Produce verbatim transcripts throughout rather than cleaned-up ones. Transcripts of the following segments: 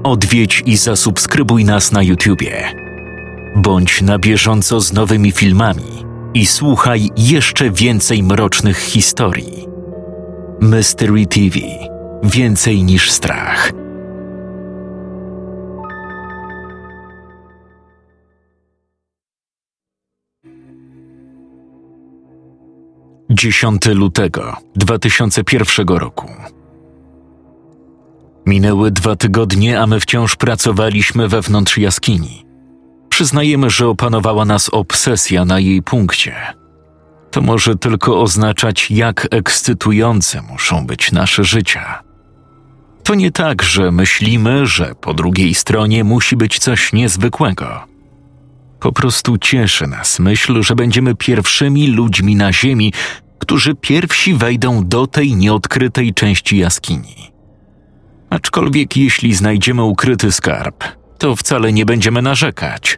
Odwiedź i zasubskrybuj nas na YouTubie. Bądź na bieżąco z nowymi filmami i słuchaj jeszcze więcej mrocznych historii. Mystery T V. Więcej niż strach. dziesiątego lutego dwa tysiące pierwszego roku. Minęły dwa tygodnie, a my wciąż pracowaliśmy wewnątrz jaskini. Przyznajemy, że opanowała nas obsesja na jej punkcie. To może tylko oznaczać, jak ekscytujące muszą być nasze życia. To nie tak, że myślimy, że po drugiej stronie musi być coś niezwykłego. Po prostu cieszy nas myśl, że będziemy pierwszymi ludźmi na Ziemi, którzy pierwsi wejdą do tej nieodkrytej części jaskini. Aczkolwiek jeśli znajdziemy ukryty skarb, to wcale nie będziemy narzekać.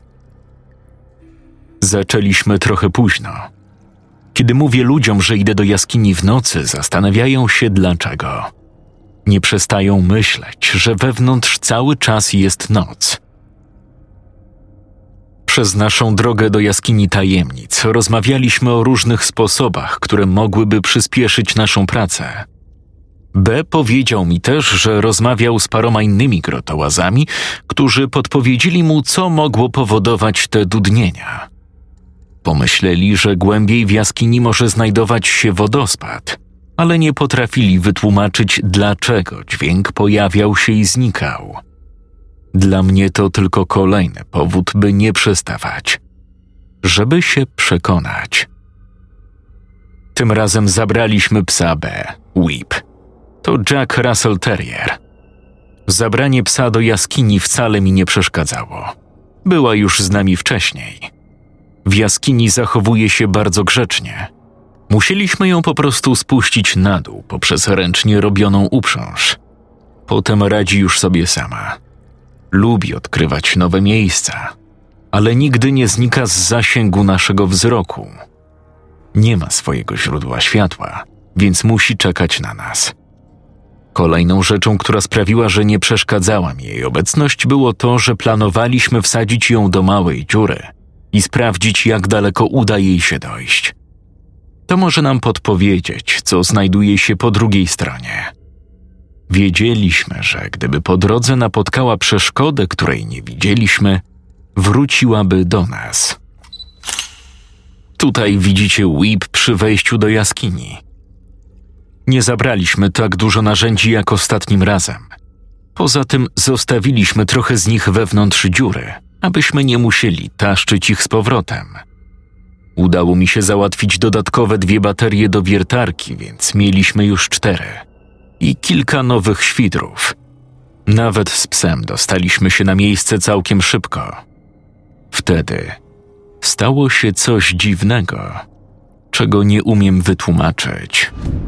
Zaczęliśmy trochę późno. Kiedy mówię ludziom, że idę do jaskini w nocy, zastanawiają się dlaczego. Nie przestają myśleć, że wewnątrz cały czas jest noc. Przez naszą drogę do jaskini tajemnic rozmawialiśmy o różnych sposobach, które mogłyby przyspieszyć naszą pracę. B powiedział mi też, że rozmawiał z paroma innymi grotołazami, którzy podpowiedzieli mu, co mogło powodować te dudnienia. Pomyśleli, że głębiej w jaskini może znajdować się wodospad, ale nie potrafili wytłumaczyć, dlaczego dźwięk pojawiał się i znikał. Dla mnie to tylko kolejny powód, by nie przestawać, żeby się przekonać. Tym razem zabraliśmy psa B, Whip. To Jack Russell Terrier. Zabranie psa do jaskini wcale mi nie przeszkadzało. Była już z nami wcześniej. W jaskini zachowuje się bardzo grzecznie. Musieliśmy ją po prostu spuścić na dół poprzez ręcznie robioną uprząż. Potem radzi już sobie sama. Lubi odkrywać nowe miejsca, ale nigdy nie znika z zasięgu naszego wzroku. Nie ma swojego źródła światła, więc musi czekać na nas. Kolejną rzeczą, która sprawiła, że nie przeszkadzała mi jej obecność, było to, że planowaliśmy wsadzić ją do małej dziury i sprawdzić, jak daleko uda jej się dojść. To może nam podpowiedzieć, co znajduje się po drugiej stronie. Wiedzieliśmy, że gdyby po drodze napotkała przeszkodę, której nie widzieliśmy, wróciłaby do nas. Tutaj widzicie Whip przy wejściu do jaskini. Nie zabraliśmy tak dużo narzędzi jak ostatnim razem. Poza tym zostawiliśmy trochę z nich wewnątrz dziury, abyśmy nie musieli taszczyć ich z powrotem. Udało mi się załatwić dodatkowe dwie baterie do wiertarki, więc mieliśmy już cztery. I kilka nowych świdrów. Nawet z psem dostaliśmy się na miejsce całkiem szybko. Wtedy stało się coś dziwnego, czego nie umiem wytłumaczyć.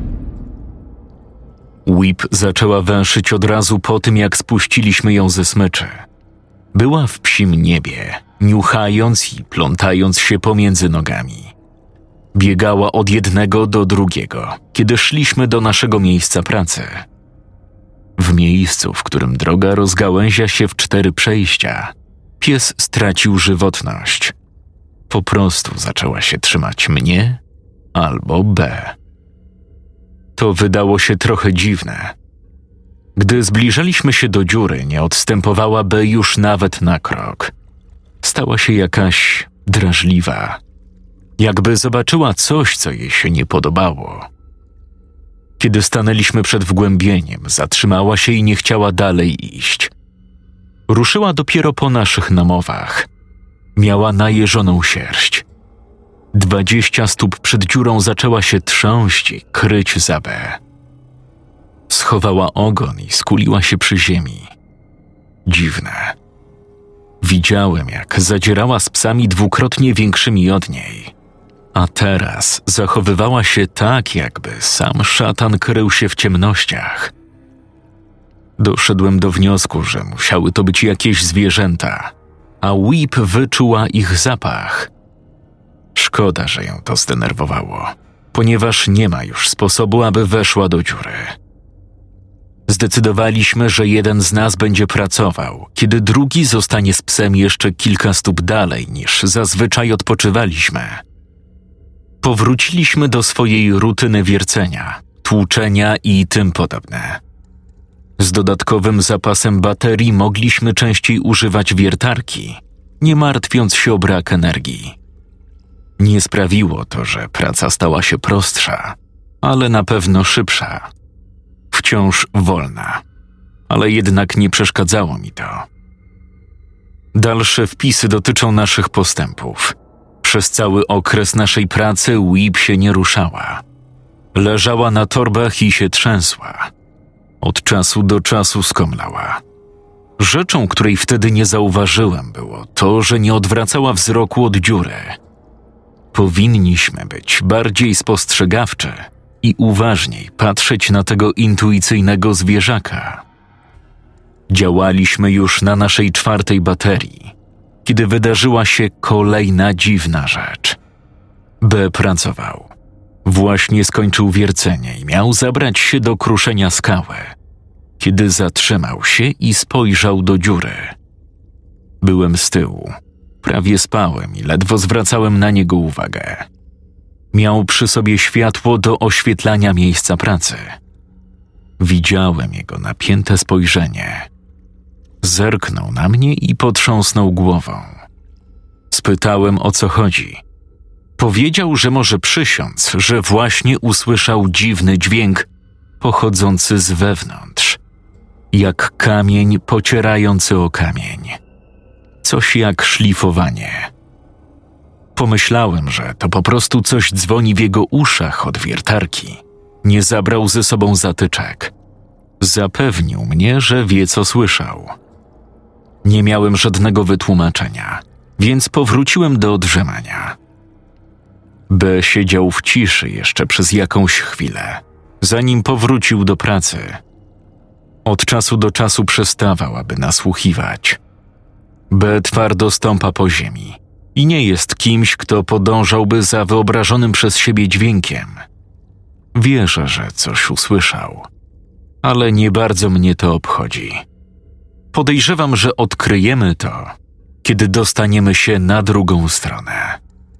Whip zaczęła węszyć od razu po tym, jak spuściliśmy ją ze smyczy. Była w psim niebie, niuchając i plątając się pomiędzy nogami. Biegała od jednego do drugiego, kiedy szliśmy do naszego miejsca pracy. W miejscu, w którym droga rozgałęzia się w cztery przejścia, pies stracił żywotność. Po prostu zaczęła się trzymać mnie albo B. To wydało się trochę dziwne. Gdy zbliżaliśmy się do dziury, nie odstępowała B już nawet na krok. Stała się jakaś drażliwa. Jakby zobaczyła coś, co jej się nie podobało. Kiedy stanęliśmy przed wgłębieniem, zatrzymała się i nie chciała dalej iść. Ruszyła dopiero po naszych namowach. Miała najeżoną sierść. Dwadzieścia stóp przed dziurą zaczęła się trząść i kryć za B. Schowała ogon i skuliła się przy ziemi. Dziwne. Widziałem, jak zadzierała z psami dwukrotnie większymi od niej. A teraz zachowywała się tak, jakby sam szatan krył się w ciemnościach. Doszedłem do wniosku, że musiały to być jakieś zwierzęta, a Whip wyczuła ich zapach. Szkoda, że ją to zdenerwowało, ponieważ nie ma już sposobu, aby weszła do dziury. Zdecydowaliśmy, że jeden z nas będzie pracował, kiedy drugi zostanie z psem jeszcze kilka stóp dalej niż zazwyczaj odpoczywaliśmy. Powróciliśmy do swojej rutyny wiercenia, tłuczenia i tym podobne. Z dodatkowym zapasem baterii mogliśmy częściej używać wiertarki, nie martwiąc się o brak energii. Nie sprawiło to, że praca stała się prostsza, ale na pewno szybsza. Wciąż wolna, ale jednak nie przeszkadzało mi to. Dalsze wpisy dotyczą naszych postępów. Przez cały okres naszej pracy Whip się nie ruszała. Leżała na torbach i się trzęsła. Od czasu do czasu skomlała. Rzeczą, której wtedy nie zauważyłem, było to, że nie odwracała wzroku od dziury. Powinniśmy być bardziej spostrzegawczy i uważniej patrzeć na tego intuicyjnego zwierzaka. Działaliśmy już na naszej czwartej baterii, kiedy wydarzyła się kolejna dziwna rzecz. B pracował. Właśnie skończył wiercenie i miał zabrać się do kruszenia skały, kiedy zatrzymał się i spojrzał do dziury. Byłem z tyłu. Prawie spałem i ledwo zwracałem na niego uwagę. Miał przy sobie światło do oświetlania miejsca pracy. Widziałem jego napięte spojrzenie. Zerknął na mnie i potrząsnął głową. Spytałem, o co chodzi. Powiedział, że może przysiąc, że właśnie usłyszał dziwny dźwięk pochodzący z wewnątrz, jak kamień pocierający o kamień. Coś jak szlifowanie. Pomyślałem, że to po prostu coś dzwoni w jego uszach od wiertarki. Nie zabrał ze sobą zatyczek. Zapewnił mnie, że wie, co słyszał. Nie miałem żadnego wytłumaczenia, więc powróciłem do drzemania. B siedział w ciszy jeszcze przez jakąś chwilę, zanim powrócił do pracy. Od czasu do czasu przestawał, aby nasłuchiwać. B twardo stąpa po ziemi i nie jest kimś, kto podążałby za wyobrażonym przez siebie dźwiękiem. Wierzę, że coś usłyszał, ale nie bardzo mnie to obchodzi. Podejrzewam, że odkryjemy to, kiedy dostaniemy się na drugą stronę.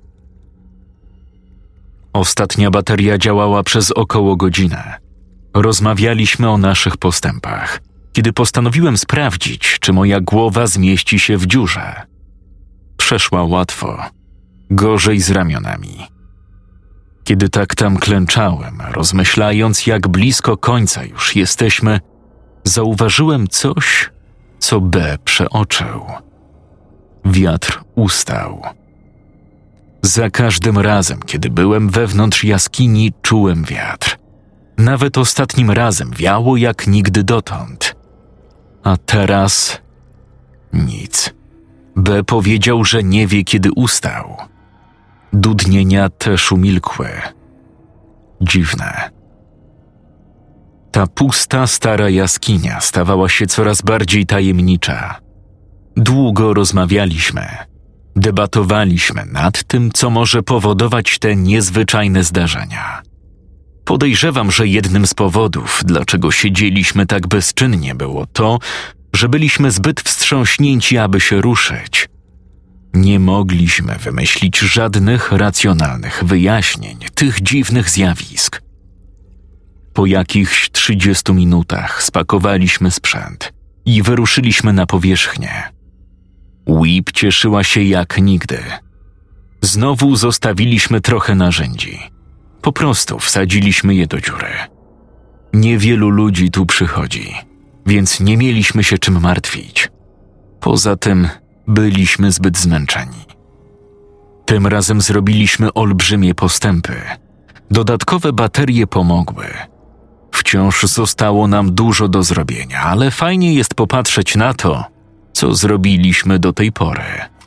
Ostatnia bateria działała przez około godzinę. Rozmawialiśmy o naszych postępach, kiedy postanowiłem sprawdzić, czy moja głowa zmieści się w dziurze. Przeszła łatwo, gorzej z ramionami. Kiedy tak tam klęczałem, rozmyślając, jak blisko końca już jesteśmy, zauważyłem coś, co B przeoczył. Wiatr ustał. Za każdym razem, kiedy byłem wewnątrz jaskini, czułem wiatr. Nawet ostatnim razem wiało jak nigdy dotąd. A teraz nic. B powiedział, że nie wie, kiedy ustał. Dudnienia też umilkły. Dziwne. Ta pusta, stara jaskinia stawała się coraz bardziej tajemnicza. Długo rozmawialiśmy. Debatowaliśmy nad tym, co może powodować te niezwyczajne zdarzenia. Podejrzewam, że jednym z powodów, dlaczego siedzieliśmy tak bezczynnie, było to, że byliśmy zbyt wstrząśnięci, aby się ruszyć. Nie mogliśmy wymyślić żadnych racjonalnych wyjaśnień tych dziwnych zjawisk. Po jakichś trzydziestu minutach spakowaliśmy sprzęt i wyruszyliśmy na powierzchnię. Whip cieszyła się jak nigdy. Znowu zostawiliśmy trochę narzędzi. Po prostu wsadziliśmy je do dziury. Niewielu ludzi tu przychodzi, więc nie mieliśmy się czym martwić. Poza tym byliśmy zbyt zmęczeni. Tym razem zrobiliśmy olbrzymie postępy. Dodatkowe baterie pomogły. Wciąż zostało nam dużo do zrobienia, ale fajnie jest popatrzeć na to, co zrobiliśmy do tej pory.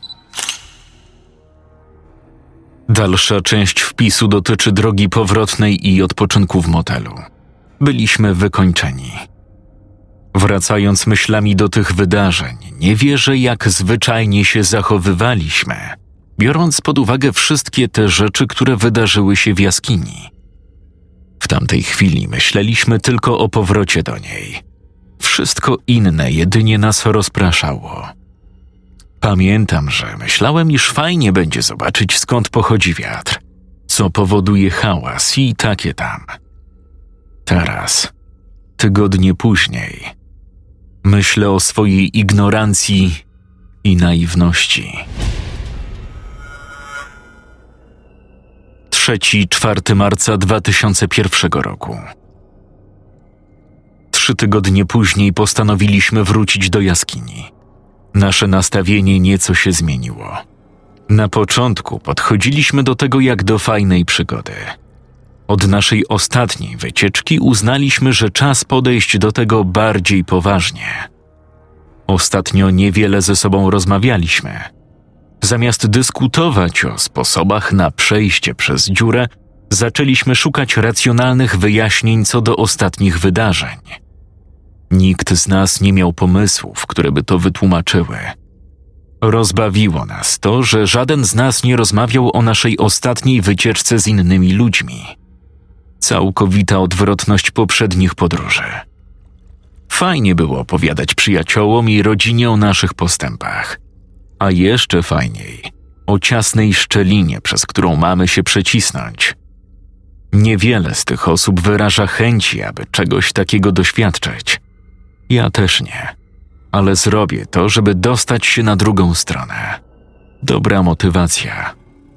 Dalsza część wpisu dotyczy drogi powrotnej i odpoczynku w motelu. Byliśmy wykończeni. Wracając myślami do tych wydarzeń, nie wierzę, jak zwyczajnie się zachowywaliśmy, biorąc pod uwagę wszystkie te rzeczy, które wydarzyły się w jaskini. W tamtej chwili myśleliśmy tylko o powrocie do niej Wszystko inne jedynie nas rozpraszało. Pamiętam, że myślałem, iż fajnie będzie zobaczyć, skąd pochodzi wiatr, co powoduje hałas i takie tam. Teraz, tygodnie później, myślę o swojej ignorancji i naiwności. Trzeci, czwarty marca dwa tysiące pierwszego roku. Trzy tygodnie później postanowiliśmy wrócić do jaskini. Nasze nastawienie nieco się zmieniło. Na początku podchodziliśmy do tego jak do fajnej przygody. Od naszej ostatniej wycieczki uznaliśmy, że czas podejść do tego bardziej poważnie. Ostatnio niewiele ze sobą rozmawialiśmy. Zamiast dyskutować o sposobach na przejście przez dziurę, zaczęliśmy szukać racjonalnych wyjaśnień co do ostatnich wydarzeń. Nikt z nas nie miał pomysłów, które by to wytłumaczyły. Rozbawiło nas to, że żaden z nas nie rozmawiał o naszej ostatniej wycieczce z innymi ludźmi. Całkowita odwrotność poprzednich podróży. Fajnie było opowiadać przyjaciołom i rodzinie o naszych postępach. A jeszcze fajniej o ciasnej szczelinie, przez którą mamy się przecisnąć. Niewiele z tych osób wyraża chęci, aby czegoś takiego doświadczyć. Ja też nie, ale zrobię to, żeby dostać się na drugą stronę. Dobra motywacja.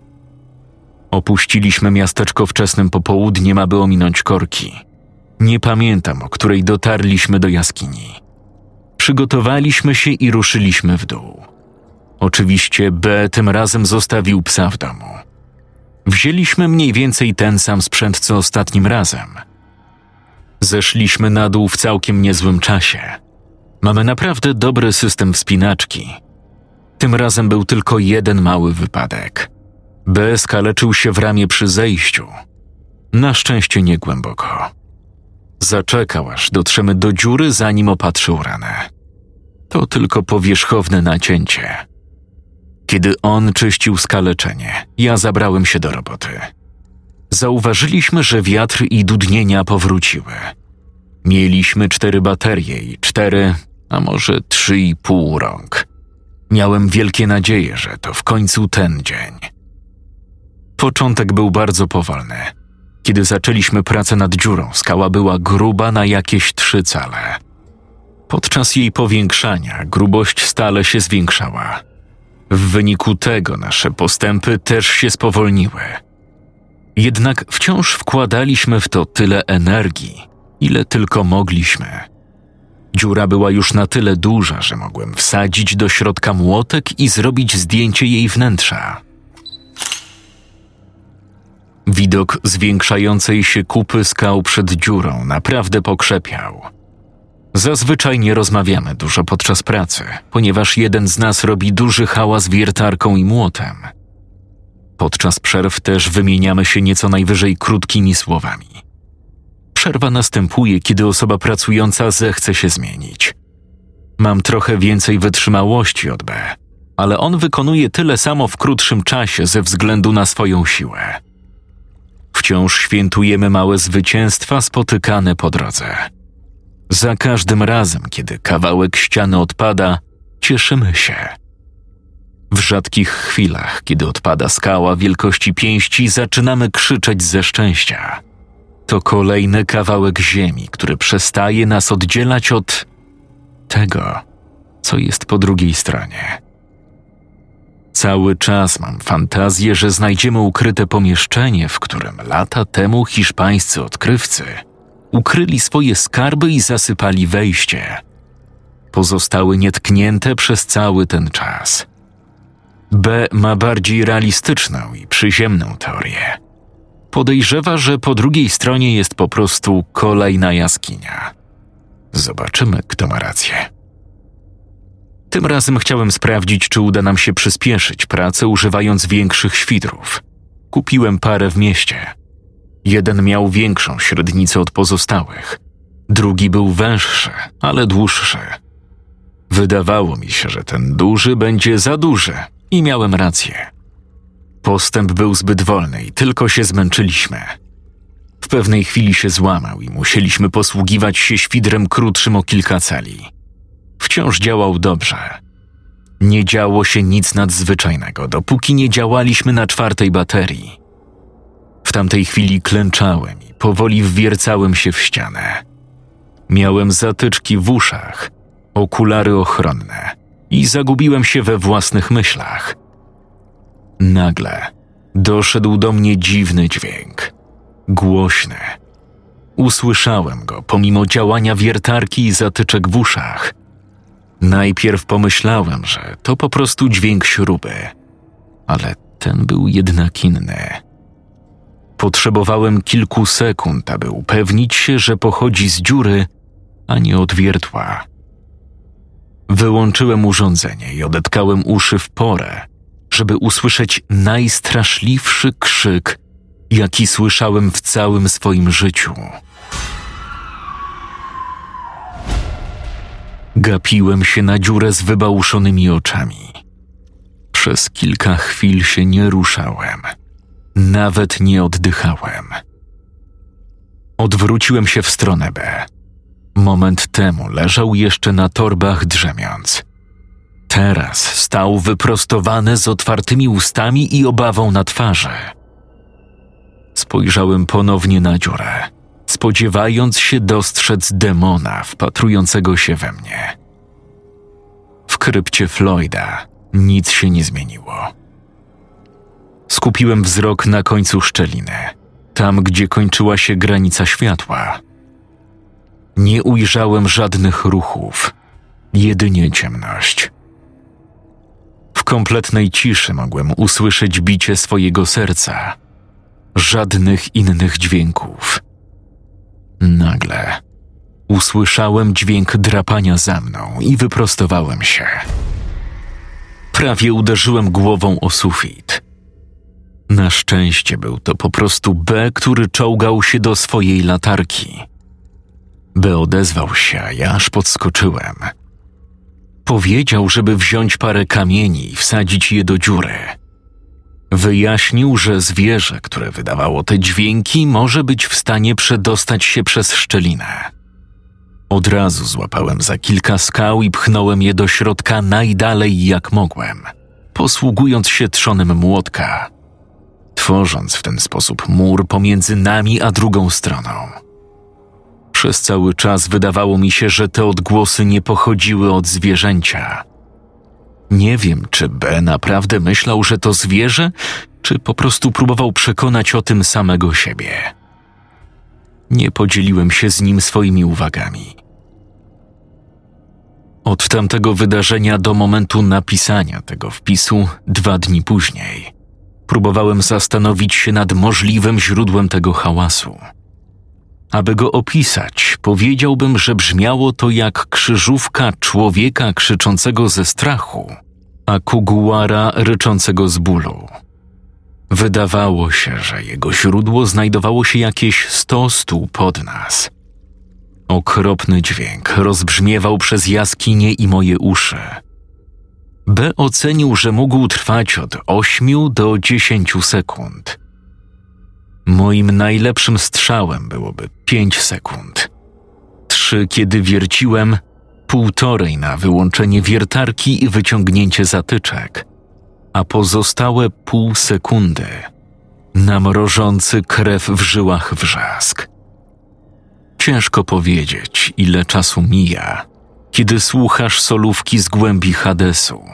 Opuściliśmy miasteczko wczesnym popołudniem, aby ominąć korki. Nie pamiętam, o której dotarliśmy do jaskini. Przygotowaliśmy się i ruszyliśmy w dół. Oczywiście B tym razem zostawił psa w domu. Wzięliśmy mniej więcej ten sam sprzęt co ostatnim razem. Zeszliśmy na dół w całkiem niezłym czasie. Mamy naprawdę dobry system wspinaczki. Tym razem był tylko jeden mały wypadek. B skaleczył się w ramię przy zejściu. Na szczęście nie głęboko. Zaczekał, aż dotrzemy do dziury, zanim opatrzył ranę. To tylko powierzchowne nacięcie. Kiedy on czyścił skaleczenie, ja zabrałem się do roboty. Zauważyliśmy, że wiatr i dudnienia powróciły. Mieliśmy cztery baterie i cztery, a może trzy i pół rąk. Miałem wielkie nadzieje, że to w końcu ten dzień. Początek był bardzo powolny. Kiedy zaczęliśmy pracę nad dziurą, skała była gruba na jakieś trzy cale. Podczas jej powiększania grubość stale się zwiększała. W wyniku tego nasze postępy też się spowolniły. Jednak wciąż wkładaliśmy w to tyle energii, ile tylko mogliśmy. Dziura była już na tyle duża, że mogłem wsadzić do środka młotek i zrobić zdjęcie jej wnętrza. Widok zwiększającej się kupy skał przed dziurą naprawdę pokrzepiał. Zazwyczaj nie rozmawiamy dużo podczas pracy, ponieważ jeden z nas robi duży hałas wiertarką i młotem. Podczas przerw też wymieniamy się nieco najwyżej krótkimi słowami. Przerwa następuje, kiedy osoba pracująca zechce się zmienić. Mam trochę więcej wytrzymałości od B, ale on wykonuje tyle samo w krótszym czasie ze względu na swoją siłę. Wciąż świętujemy małe zwycięstwa spotykane po drodze. Za każdym razem, kiedy kawałek ściany odpada, cieszymy się. W rzadkich chwilach, kiedy odpada skała wielkości pięści, zaczynamy krzyczeć ze szczęścia. To kolejny kawałek ziemi, który przestaje nas oddzielać od tego, co jest po drugiej stronie. Cały czas mam fantazję, że znajdziemy ukryte pomieszczenie, w którym lata temu hiszpańscy odkrywcy ukryli swoje skarby i zasypali wejście. Pozostały nietknięte przez cały ten czas. B ma bardziej realistyczną i przyziemną teorię. Podejrzewa, że po drugiej stronie jest po prostu kolejna jaskinia. Zobaczymy, kto ma rację. Tym razem chciałem sprawdzić, czy uda nam się przyspieszyć pracę używając większych świdrów. Kupiłem parę w mieście. Jeden miał większą średnicę od pozostałych. Drugi był węższy, ale dłuższy. Wydawało mi się, że ten duży będzie za duży i miałem rację. Postęp był zbyt wolny i tylko się zmęczyliśmy. W pewnej chwili się złamał i musieliśmy posługiwać się świdrem krótszym o kilka cali. Wciąż działał dobrze. Nie działo się nic nadzwyczajnego, dopóki nie działaliśmy na czwartej baterii. W tamtej chwili klęczałem i powoli wwiercałem się w ścianę. Miałem zatyczki w uszach, okulary ochronne i zagubiłem się we własnych myślach. Nagle doszedł do mnie dziwny dźwięk. Głośny. Usłyszałem go pomimo działania wiertarki i zatyczek w uszach. Najpierw pomyślałem, że to po prostu dźwięk śruby, ale ten był jednak inny. Potrzebowałem kilku sekund, aby upewnić się, że pochodzi z dziury, a nie od wiertła. Wyłączyłem urządzenie i odetkałem uszy w porę, żeby usłyszeć najstraszliwszy krzyk, jaki słyszałem w całym swoim życiu. Gapiłem się na dziurę z wybałuszonymi oczami. Przez kilka chwil się nie ruszałem. Nawet nie oddychałem. Odwróciłem się w stronę B. Moment temu leżał jeszcze na torbach drzemiąc. Teraz stał wyprostowany z otwartymi ustami i obawą na twarzy. Spojrzałem ponownie na dziurę, spodziewając się dostrzec demona wpatrującego się we mnie. W krypcie Floyda nic się nie zmieniło. Skupiłem wzrok na końcu szczeliny, tam gdzie kończyła się granica światła. Nie ujrzałem żadnych ruchów, jedynie ciemność. W kompletnej ciszy mogłem usłyszeć bicie swojego serca. Żadnych innych dźwięków. Nagle usłyszałem dźwięk drapania za mną i wyprostowałem się. Prawie uderzyłem głową o sufit. Na szczęście był to po prostu B, który czołgał się do swojej latarki. B odezwał się, a ja aż podskoczyłem. Powiedział, żeby wziąć parę kamieni i wsadzić je do dziury. Wyjaśnił, że zwierzę, które wydawało te dźwięki, może być w stanie przedostać się przez szczelinę. Od razu złapałem za kilka skał i pchnąłem je do środka najdalej jak mogłem, posługując się trzonem młotka, tworząc w ten sposób mur pomiędzy nami a drugą stroną. Przez cały czas wydawało mi się, że te odgłosy nie pochodziły od zwierzęcia. Nie wiem, czy B naprawdę myślał, że to zwierzę, czy po prostu próbował przekonać o tym samego siebie. Nie podzieliłem się z nim swoimi uwagami. Od tamtego wydarzenia do momentu napisania tego wpisu, dwa dni później, próbowałem zastanowić się nad możliwym źródłem tego hałasu. Aby go opisać, powiedziałbym, że brzmiało to jak krzyżówka człowieka krzyczącego ze strachu, a kuguara ryczącego z bólu. Wydawało się, że jego źródło znajdowało się jakieś sto stóp pod nas. Okropny dźwięk rozbrzmiewał przez jaskinię i moje uszy. B ocenił, że mógł trwać od ośmiu do dziesięciu sekund. Moim najlepszym strzałem byłoby pięć sekund. Trzy, kiedy wierciłem, półtorej na wyłączenie wiertarki i wyciągnięcie zatyczek, a pozostałe pół sekundy na mrożący krew w żyłach wrzask. Ciężko powiedzieć, ile czasu mija, kiedy słuchasz solówki z głębi Hadesu.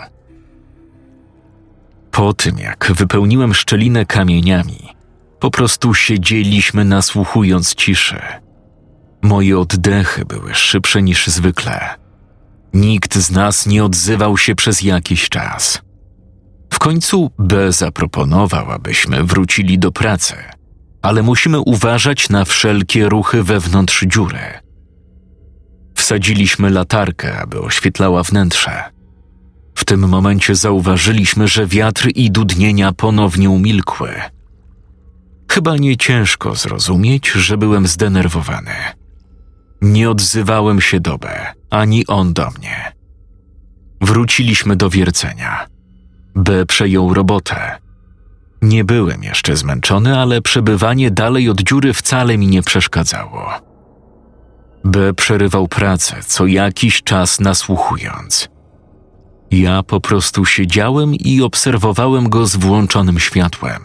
Po tym, jak wypełniłem szczelinę kamieniami, po prostu siedzieliśmy nasłuchując ciszy. Moje oddechy były szybsze niż zwykle. Nikt z nas nie odzywał się przez jakiś czas. W końcu B zaproponował, abyśmy wrócili do pracy, ale musimy uważać na wszelkie ruchy wewnątrz dziury. Wsadziliśmy latarkę, aby oświetlała wnętrze. W tym momencie zauważyliśmy, że wiatr i dudnienia ponownie umilkły. Chyba nie ciężko zrozumieć, że byłem zdenerwowany. Nie odzywałem się do B, ani on do mnie. Wróciliśmy do wiercenia. B przejął robotę. Nie byłem jeszcze zmęczony, ale przebywanie dalej od dziury wcale mi nie przeszkadzało. B przerywał pracę, co jakiś czas nasłuchując. Ja po prostu siedziałem i obserwowałem go z włączonym światłem.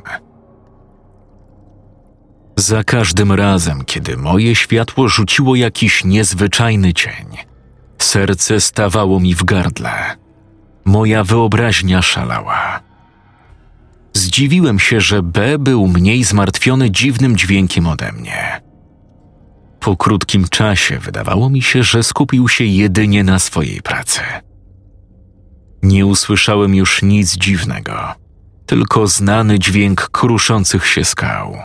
Za każdym razem, kiedy moje światło rzuciło jakiś niezwyczajny cień, serce stawało mi w gardle. Moja wyobraźnia szalała. Zdziwiłem się, że B był mniej zmartwiony dziwnym dźwiękiem ode mnie. Po krótkim czasie wydawało mi się, że skupił się jedynie na swojej pracy. Nie usłyszałem już nic dziwnego, tylko znany dźwięk kruszących się skał.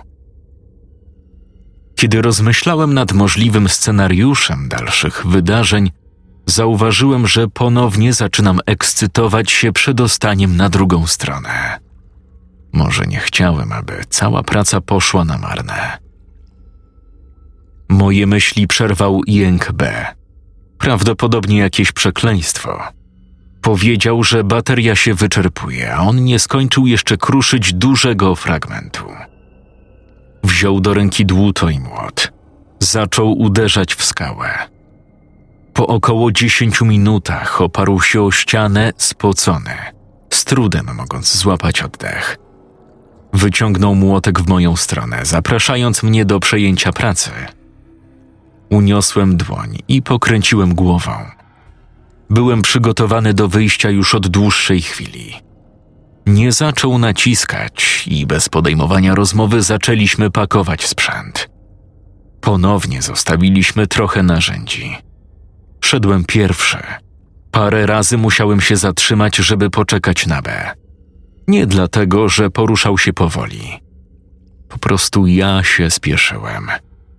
Kiedy rozmyślałem nad możliwym scenariuszem dalszych wydarzeń, zauważyłem, że ponownie zaczynam ekscytować się przedostaniem na drugą stronę. Może nie chciałem, aby cała praca poszła na marne. Moje myśli przerwał jęk B. Prawdopodobnie jakieś przekleństwo. Powiedział, że bateria się wyczerpuje, a on nie skończył jeszcze kruszyć dużego fragmentu. Wziął do ręki dłuto i młot. Zaczął uderzać w skałę. Po około dziesięciu minutach oparł się o ścianę spocony, z trudem mogąc złapać oddech. Wyciągnął młotek w moją stronę, zapraszając mnie do przejęcia pracy. Uniosłem dłoń i pokręciłem głową. Byłem przygotowany do wyjścia już od dłuższej chwili. Nie zaczął naciskać i bez podejmowania rozmowy zaczęliśmy pakować sprzęt. Ponownie zostawiliśmy trochę narzędzi. Szedłem pierwszy. Parę razy musiałem się zatrzymać, żeby poczekać na B. Nie dlatego, że poruszał się powoli. Po prostu ja się spieszyłem.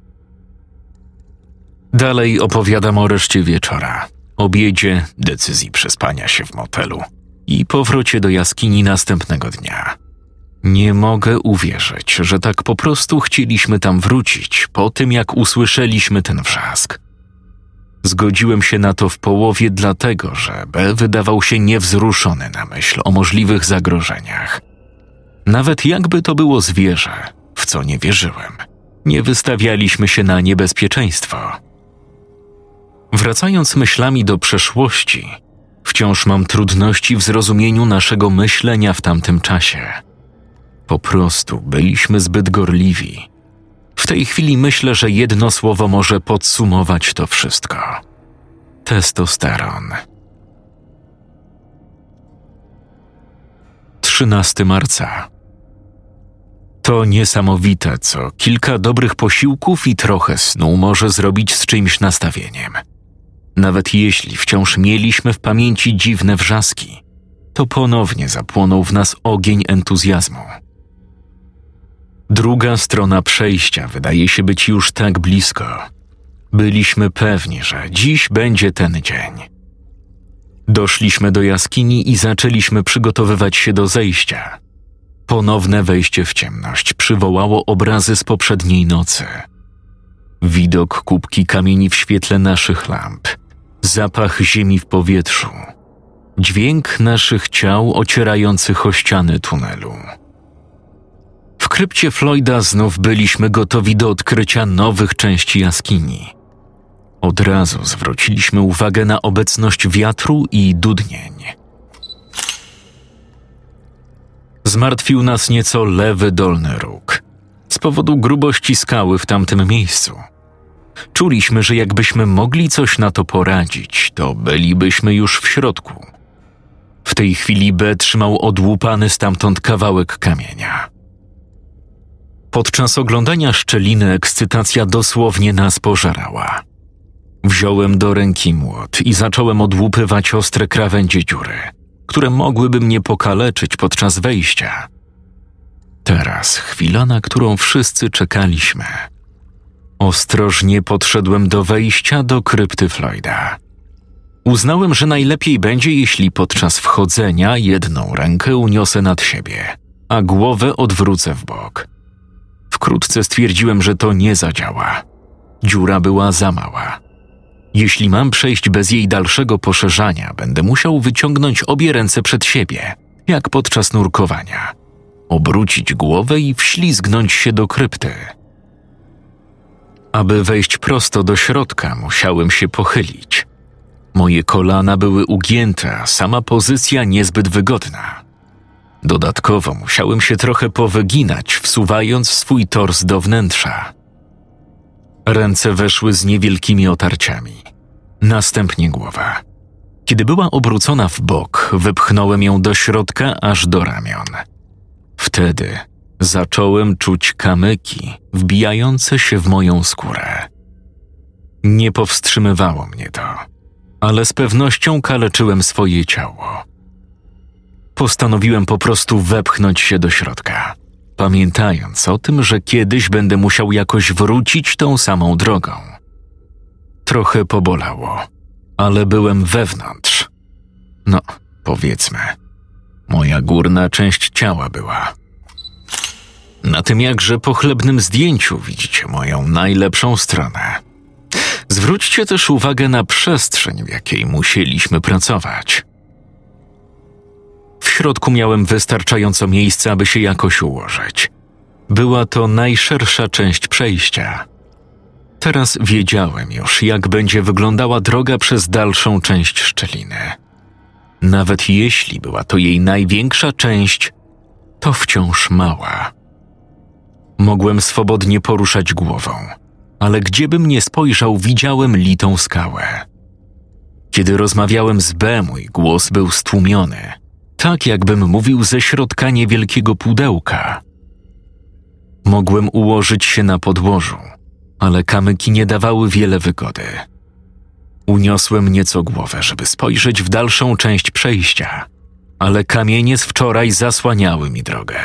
Dalej opowiadam o reszcie wieczora, obiedzie, decyzji przespania się w motelu i powrocie do jaskini następnego dnia. Nie mogę uwierzyć, że tak po prostu chcieliśmy tam wrócić po tym, jak usłyszeliśmy ten wrzask. Zgodziłem się na to w połowie dlatego, że B wydawał się niewzruszony na myśl o możliwych zagrożeniach. Nawet jakby to było zwierzę, w co nie wierzyłem, nie wystawialiśmy się na niebezpieczeństwo. Wracając myślami do przeszłości, wciąż mam trudności w zrozumieniu naszego myślenia w tamtym czasie. Po prostu byliśmy zbyt gorliwi. W tej chwili myślę, że jedno słowo może podsumować to wszystko. Testosteron. trzynastego marca. To niesamowite, co kilka dobrych posiłków i trochę snu może zrobić z czyimś nastawieniem. Nawet jeśli wciąż mieliśmy w pamięci dziwne wrzaski, to ponownie zapłonął w nas ogień entuzjazmu. Druga strona przejścia wydaje się być już tak blisko. Byliśmy pewni, że dziś będzie ten dzień. Doszliśmy do jaskini i zaczęliśmy przygotowywać się do zejścia. Ponowne wejście w ciemność przywołało obrazy z poprzedniej nocy. Widok kubki kamieni w świetle naszych lamp, zapach ziemi w powietrzu, dźwięk naszych ciał ocierających o ściany tunelu. W krypcie Floyda znów byliśmy gotowi do odkrycia nowych części jaskini. Od razu zwróciliśmy uwagę na obecność wiatru i dudnień. Zmartwił nas nieco lewy dolny róg, z powodu grubości skały w tamtym miejscu. Czuliśmy, że jakbyśmy mogli coś na to poradzić, to bylibyśmy już w środku. W tej chwili B trzymał odłupany stamtąd kawałek kamienia. Podczas oglądania szczeliny ekscytacja dosłownie nas pożerała. Wziąłem do ręki młot i zacząłem odłupywać ostre krawędzie dziury, które mogłyby mnie pokaleczyć podczas wejścia. Teraz chwila, na którą wszyscy czekaliśmy. Ostrożnie podszedłem do wejścia do krypty Floyda. Uznałem, że najlepiej będzie, jeśli podczas wchodzenia jedną rękę uniosę nad siebie, a głowę odwrócę w bok. Wkrótce stwierdziłem, że to nie zadziała. Dziura była za mała. Jeśli mam przejść bez jej dalszego poszerzania, będę musiał wyciągnąć obie ręce przed siebie, jak podczas nurkowania. obrócić głowę i wślizgnąć się do krypty. Aby wejść prosto do środka, musiałem się pochylić. Moje kolana były ugięte, a sama pozycja niezbyt wygodna. Dodatkowo musiałem się trochę powyginać, wsuwając swój tors do wnętrza. Ręce weszły z niewielkimi otarciami. Następnie głowa. Kiedy była obrócona w bok, wypchnąłem ją do środka aż do ramion. Wtedy zacząłem czuć kamyki wbijające się w moją skórę. Nie powstrzymywało mnie to, ale z pewnością kaleczyłem swoje ciało. Postanowiłem po prostu wepchnąć się do środka, pamiętając o tym, że kiedyś będę musiał jakoś wrócić tą samą drogą. Trochę pobolało, ale byłem wewnątrz. No, powiedzmy, moja górna część ciała była. Na tym jakże pochlebnym zdjęciu widzicie moją najlepszą stronę. Zwróćcie też uwagę na przestrzeń, w jakiej musieliśmy pracować. W środku miałem wystarczająco miejsca, aby się jakoś ułożyć. Była to najszersza część przejścia. Teraz wiedziałem już, jak będzie wyglądała droga przez dalszą część szczeliny. Nawet jeśli była to jej największa część, to wciąż mała. Mogłem swobodnie poruszać głową, ale gdziebym nie spojrzał, widziałem litą skałę. Kiedy rozmawiałem z B, mój głos był stłumiony, tak jakbym mówił ze środka niewielkiego pudełka. Mogłem ułożyć się na podłożu, ale kamyki nie dawały wiele wygody. Uniosłem nieco głowę, żeby spojrzeć w dalszą część przejścia, ale kamienie z wczoraj zasłaniały mi drogę.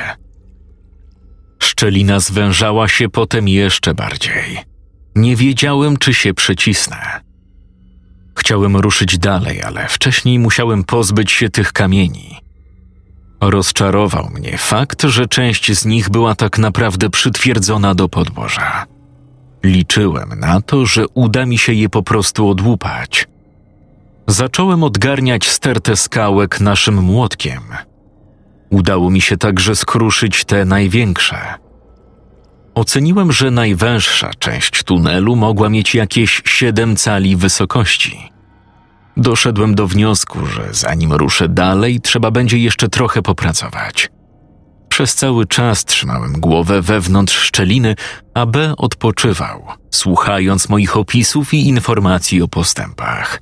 Szczelina zwężała się potem jeszcze bardziej. Nie wiedziałem, czy się przecisnę. Chciałem ruszyć dalej, ale wcześniej musiałem pozbyć się tych kamieni. Rozczarował mnie fakt, że część z nich była tak naprawdę przytwierdzona do podłoża. Liczyłem na to, że uda mi się je po prostu odłupać. Zacząłem odgarniać stertę skałek naszym młotkiem. Udało mi się także skruszyć te największe. Oceniłem, że najwęższa część tunelu mogła mieć jakieś siedem cali wysokości. Doszedłem do wniosku, że zanim ruszę dalej, trzeba będzie jeszcze trochę popracować. Przez cały czas trzymałem głowę wewnątrz szczeliny, a B odpoczywał, słuchając moich opisów i informacji o postępach.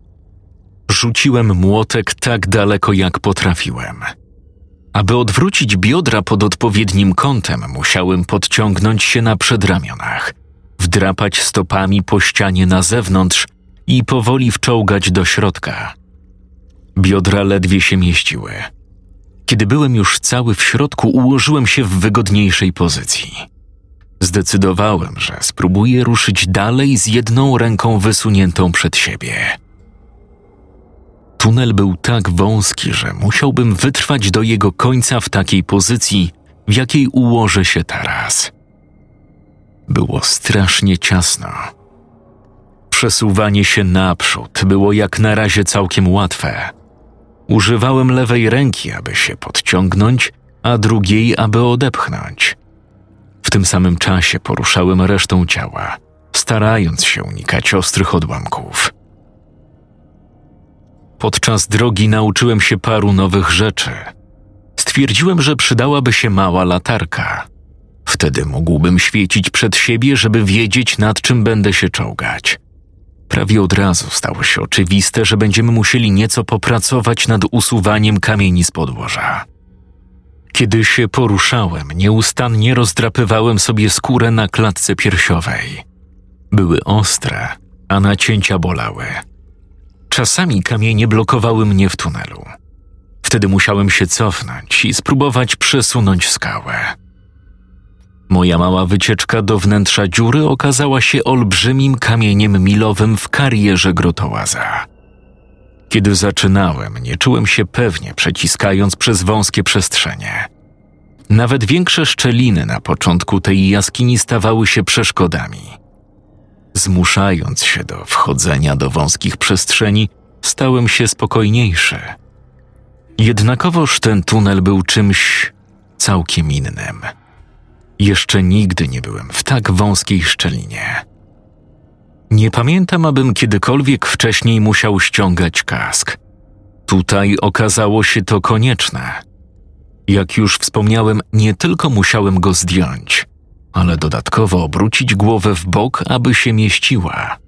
Rzuciłem młotek tak daleko, jak potrafiłem. Aby odwrócić biodra pod odpowiednim kątem, musiałem podciągnąć się na przedramionach, wdrapać stopami po ścianie na zewnątrz i powoli wczołgać do środka. Biodra ledwie się mieściły. Kiedy byłem już cały w środku, ułożyłem się w wygodniejszej pozycji. Zdecydowałem, że spróbuję ruszyć dalej z jedną ręką wysuniętą przed siebie. Tunel był tak wąski, że musiałbym wytrwać do jego końca w takiej pozycji, w jakiej ułożę się teraz. Było strasznie ciasno. Przesuwanie się naprzód było jak na razie całkiem łatwe. Używałem lewej ręki, aby się podciągnąć, a drugiej, aby odepchnąć. W tym samym czasie poruszałem resztą ciała, starając się unikać ostrych odłamków. Podczas drogi nauczyłem się paru nowych rzeczy. Stwierdziłem, że przydałaby się mała latarka. Wtedy mógłbym świecić przed siebie, żeby wiedzieć, nad czym będę się czołgać. Prawie od razu stało się oczywiste, że będziemy musieli nieco popracować nad usuwaniem kamieni z podłoża. Kiedy się poruszałem, nieustannie rozdrapywałem sobie skórę na klatce piersiowej. Były ostre, a nacięcia bolały. Czasami kamienie blokowały mnie w tunelu. Wtedy musiałem się cofnąć i spróbować przesunąć skałę. Moja mała wycieczka do wnętrza dziury okazała się olbrzymim kamieniem milowym w karierze grotołaza. Kiedy zaczynałem, nie czułem się pewnie, przeciskając przez wąskie przestrzenie. Nawet większe szczeliny na początku tej jaskini stawały się przeszkodami. Zmuszając się do wchodzenia do wąskich przestrzeni, stałem się spokojniejszy. Jednakowoż ten tunel był czymś, całkiem innym. Jeszcze nigdy nie byłem w tak wąskiej szczelinie. Nie pamiętam, abym kiedykolwiek wcześniej musiał ściągać kask. Tutaj okazało się to konieczne. Jak już wspomniałem, nie tylko musiałem go zdjąć, ale dodatkowo obrócić głowę w bok, aby się mieściła.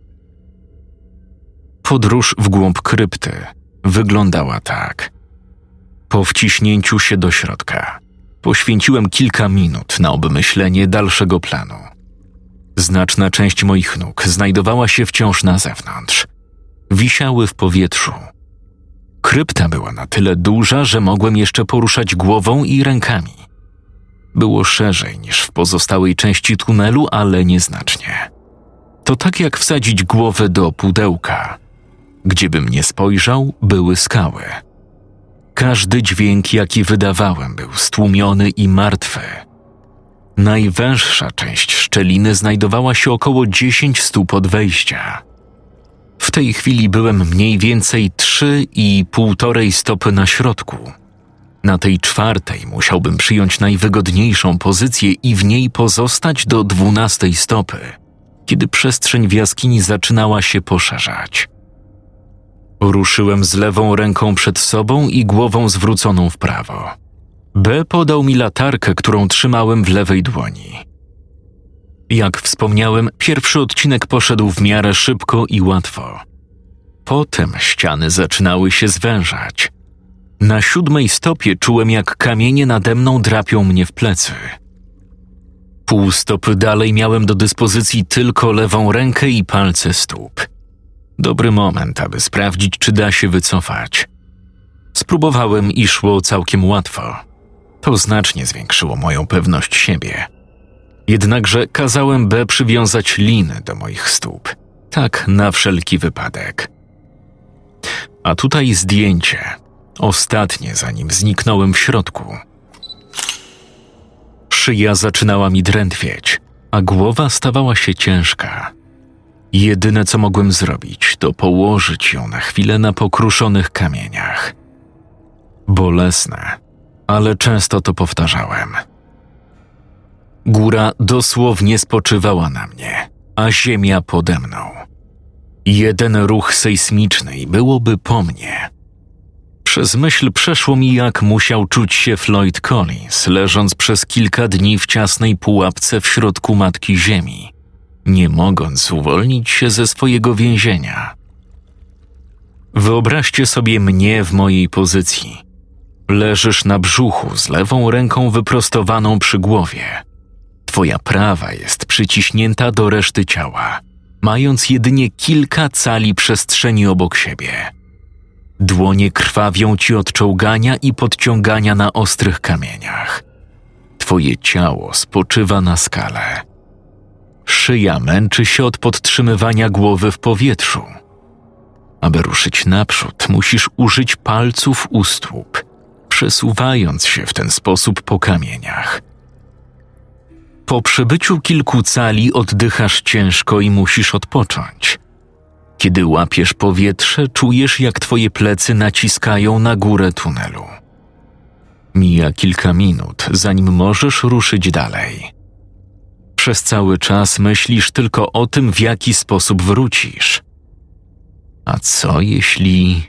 Podróż w głąb krypty wyglądała tak. Po wciśnięciu się do środka poświęciłem kilka minut na obmyślenie dalszego planu. Znaczna część moich nóg znajdowała się wciąż na zewnątrz. Wisiały w powietrzu. Krypta była na tyle duża, że mogłem jeszcze poruszać głową i rękami. Było szerzej niż w pozostałej części tunelu, ale nieznacznie. To tak jak wsadzić głowę do pudełka. Gdziebym nie spojrzał, były skały. Każdy dźwięk, jaki wydawałem, był stłumiony i martwy. Najwęższa część szczeliny znajdowała się około dziesięć stóp od wejścia. W tej chwili byłem mniej więcej trzy i półtorej stopy na środku. Na tej czwartej musiałbym przyjąć najwygodniejszą pozycję i w niej pozostać do dwunastej stopy, kiedy przestrzeń w jaskini zaczynała się poszerzać. Ruszyłem z lewą ręką przed sobą i głową zwróconą w prawo. B podał mi latarkę, którą trzymałem w lewej dłoni. Jak wspomniałem, pierwszy odcinek poszedł w miarę szybko i łatwo. Potem ściany zaczynały się zwężać. Na siódmej stopie czułem, jak kamienie nade mną drapią mnie w plecy. Pół stopy dalej miałem do dyspozycji tylko lewą rękę i palce stóp. Dobry moment, aby sprawdzić, czy da się wycofać. Spróbowałem i szło całkiem łatwo. To znacznie zwiększyło moją pewność siebie. Jednakże kazałem B przywiązać liny do moich stóp. Tak na wszelki wypadek. A tutaj zdjęcie. Ostatnie, zanim zniknąłem w środku. Szyja zaczynała mi drętwieć, a głowa stawała się ciężka. Jedyne, co mogłem zrobić, to położyć ją na chwilę na pokruszonych kamieniach. Bolesne, ale często to powtarzałem. Góra dosłownie spoczywała na mnie, a ziemia pode mną. Jeden ruch sejsmiczny i byłoby po mnie. Przez myśl przeszło mi, jak musiał czuć się Floyd Collins, leżąc przez kilka dni w ciasnej pułapce w środku Matki Ziemi, nie mogąc uwolnić się ze swojego więzienia. Wyobraźcie sobie mnie w mojej pozycji. Leżysz na brzuchu z lewą ręką wyprostowaną przy głowie. Twoja prawa jest przyciśnięta do reszty ciała, mając jedynie kilka cali przestrzeni obok siebie. Dłonie krwawią ci od czołgania i podciągania na ostrych kamieniach. Twoje ciało spoczywa na skale. Szyja męczy się od podtrzymywania głowy w powietrzu. Aby ruszyć naprzód, musisz użyć palców u stóp, przesuwając się w ten sposób po kamieniach. Po przebyciu kilku cali oddychasz ciężko i musisz odpocząć. Kiedy łapiesz powietrze, czujesz, jak twoje plecy naciskają na górę tunelu. Mija kilka minut, zanim możesz ruszyć dalej. Przez cały czas myślisz tylko o tym, w jaki sposób wrócisz. A co jeśli...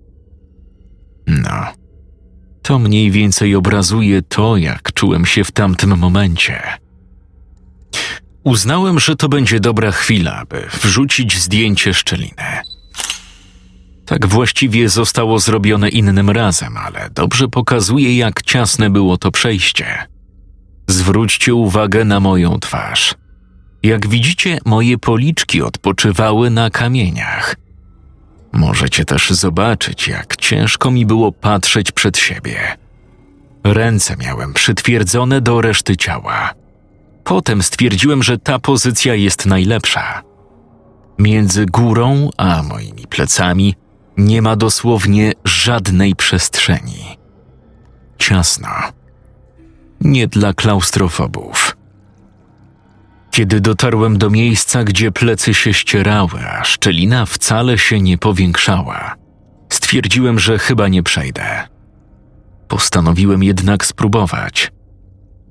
No, to mniej więcej obrazuje to, jak czułem się w tamtym momencie. Uznałem, że to będzie dobra chwila, by wrzucić zdjęcie szczeliny. Tak właściwie zostało zrobione innym razem, ale dobrze pokazuje, jak ciasne było to przejście. Zwróćcie uwagę na moją twarz. Jak widzicie, moje policzki odpoczywały na kamieniach. Możecie też zobaczyć, jak ciężko mi było patrzeć przed siebie. Ręce miałem przytwierdzone do reszty ciała. Potem stwierdziłem, że ta pozycja jest najlepsza. Między górą a moimi plecami nie ma dosłownie żadnej przestrzeni. Ciasno. Nie dla klaustrofobów. Kiedy dotarłem do miejsca, gdzie plecy się ścierały, a szczelina wcale się nie powiększała, stwierdziłem, że chyba nie przejdę. Postanowiłem jednak spróbować.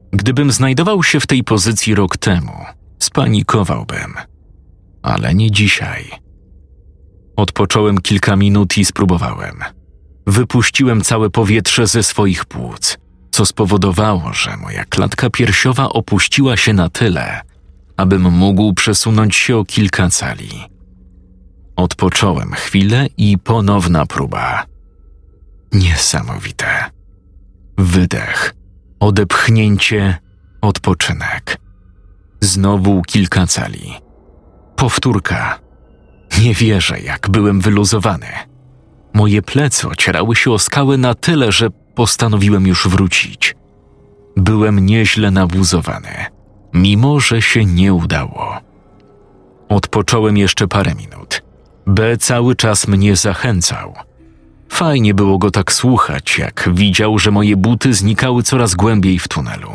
Gdybym znajdował się w tej pozycji rok temu, spanikowałbym. Ale nie dzisiaj. Odpocząłem kilka minut i spróbowałem. Wypuściłem całe powietrze ze swoich płuc, co spowodowało, że moja klatka piersiowa opuściła się na tyle, abym mógł przesunąć się o kilka cali. Odpocząłem chwilę i ponowna próba. Niesamowite. Wydech, odepchnięcie, odpoczynek. Znowu kilka cali. Powtórka. Nie wierzę, jak byłem wyluzowany. Moje plecy ocierały się o skałę na tyle, że postanowiłem już wrócić. Byłem nieźle nabuzowany, mimo że się nie udało. Odpocząłem jeszcze parę minut. B cały czas mnie zachęcał. Fajnie było go tak słuchać, jak widział, że moje buty znikały coraz głębiej w tunelu.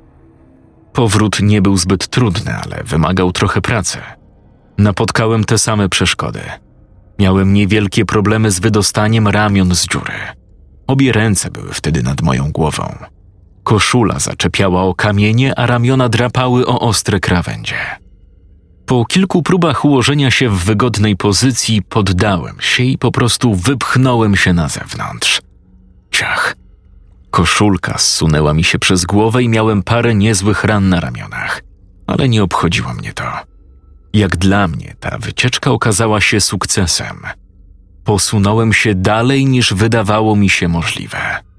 Powrót nie był zbyt trudny, ale wymagał trochę pracy. Napotkałem te same przeszkody. Miałem niewielkie problemy z wydostaniem ramion z dziury. Obie ręce były wtedy nad moją głową. Koszula zaczepiała o kamienie, a ramiona drapały o ostre krawędzie. Po kilku próbach ułożenia się w wygodnej pozycji poddałem się i po prostu wypchnąłem się na zewnątrz. Ciach. Koszulka zsunęła mi się przez głowę i miałem parę niezłych ran na ramionach, ale nie obchodziło mnie to. Jak dla mnie ta wycieczka okazała się sukcesem. Posunąłem się dalej, niż wydawało mi się możliwe.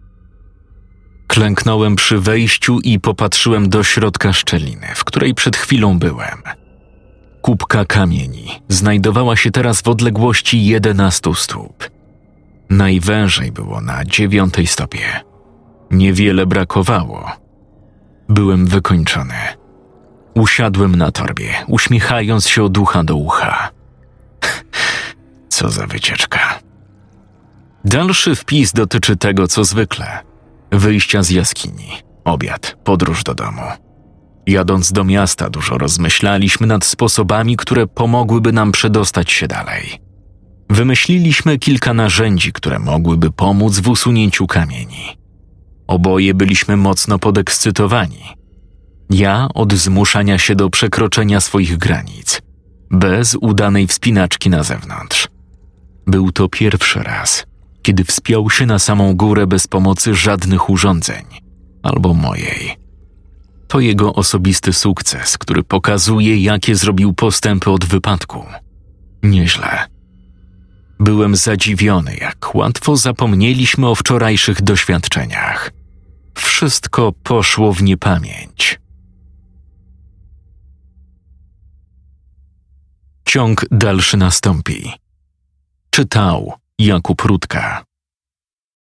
Klęknąłem przy wejściu i popatrzyłem do środka szczeliny, w której przed chwilą byłem. Kubka kamieni znajdowała się teraz w odległości jedenastu stóp. Najwężej było na dziewiątej stopie. Niewiele brakowało. Byłem wykończony. Usiadłem na torbie, uśmiechając się od ucha do ucha. Co za wycieczka. Dalszy wpis dotyczy tego, co zwykle. Wyjścia z jaskini, obiad, podróż do domu. Jadąc do miasta dużo rozmyślaliśmy nad sposobami, które pomogłyby nam przedostać się dalej. Wymyśliliśmy kilka narzędzi, które mogłyby pomóc w usunięciu kamieni. Oboje byliśmy mocno podekscytowani. Ja od zmuszania się do przekroczenia swoich granic, bez udanej wspinaczki na zewnątrz. Był to pierwszy raz, kiedy wspiął się na samą górę bez pomocy żadnych urządzeń, albo mojej. To jego osobisty sukces, który pokazuje, jakie zrobił postępy od wypadku. Nieźle. Byłem zadziwiony, jak łatwo zapomnieliśmy o wczorajszych doświadczeniach. Wszystko poszło w niepamięć. Ciąg dalszy nastąpi. Czytał Jakub Rutka.